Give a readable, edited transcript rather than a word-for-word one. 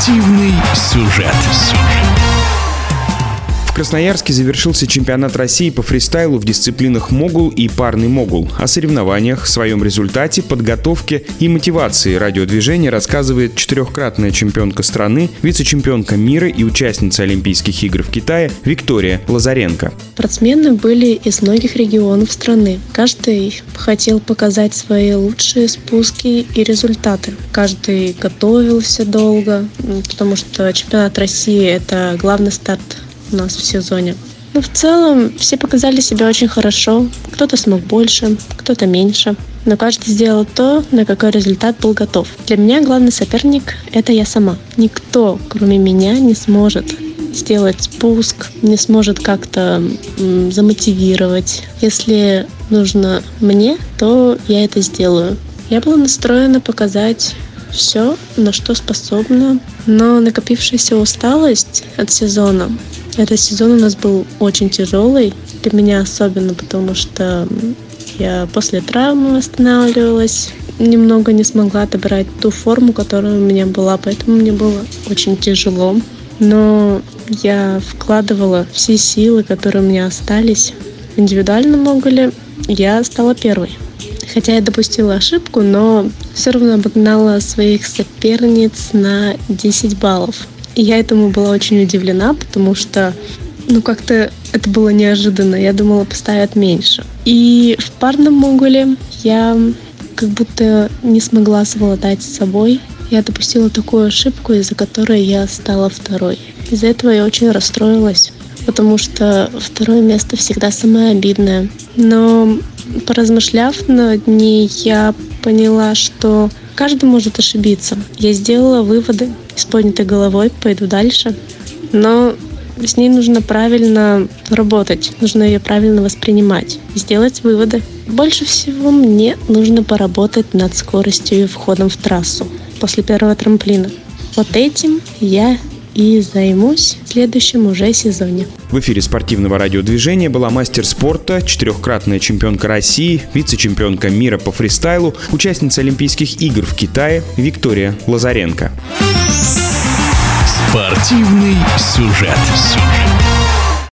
Спортивный сюжет. В Красноярске завершился чемпионат России по фристайлу в дисциплинах могул и парный могул. О соревнованиях, своем результате, подготовке и мотивации радиодвижения рассказывает четырехкратная чемпионка страны, вице-чемпионка мира и участница Олимпийских игр в Китае Виктория Лазаренко. Спортсмены были из многих регионов страны. Каждый хотел показать свои лучшие спуски и результаты. Каждый готовился долго, потому что чемпионат России – это главный старт у нас в сезоне. Но в целом все показали себя очень хорошо. Кто-то смог больше, кто-то меньше. Но каждый сделал то, на какой результат был готов. Для меня главный соперник – это я сама. Никто, кроме меня, не сможет сделать спуск, не сможет как-то замотивировать. Если нужно мне, то я это сделаю. Я была настроена показать все, на что способна, но накопившаяся усталость от сезона. Этот сезон у нас был очень тяжелый, для меня особенно, потому что я после травмы восстанавливалась, немного не смогла отобрать ту форму, которая у меня была, поэтому мне было очень тяжело. Но я вкладывала все силы, которые у меня остались. В индивидуальном могуле я стала первой. Хотя я допустила ошибку, но все равно обогнала своих соперниц на 10 баллов. И я этому была очень удивлена, потому что, как-то это было неожиданно. Я думала, поставят меньше. И в парном могуле я как будто не смогла совладать с собой. Я допустила такую ошибку, из-за которой я стала второй. Из-за этого я очень расстроилась, потому что второе место всегда самое обидное. Но поразмышляв над ней, я поняла, что каждый может ошибиться. Я сделала выводы, с поднятой головой пойду дальше, но с ней нужно правильно работать, нужно ее правильно воспринимать, сделать выводы. Больше всего мне нужно поработать над скоростью и входом в трассу после первого трамплина. Вот этим я и займусь в следующем уже сезоне. В эфире спортивного радиодвижения была мастер спорта, четырехкратная чемпионка России, вице-чемпионка мира по фристайлу, участница Олимпийских игр в Китае Виктория Лазаренко. Спортивный сюжет.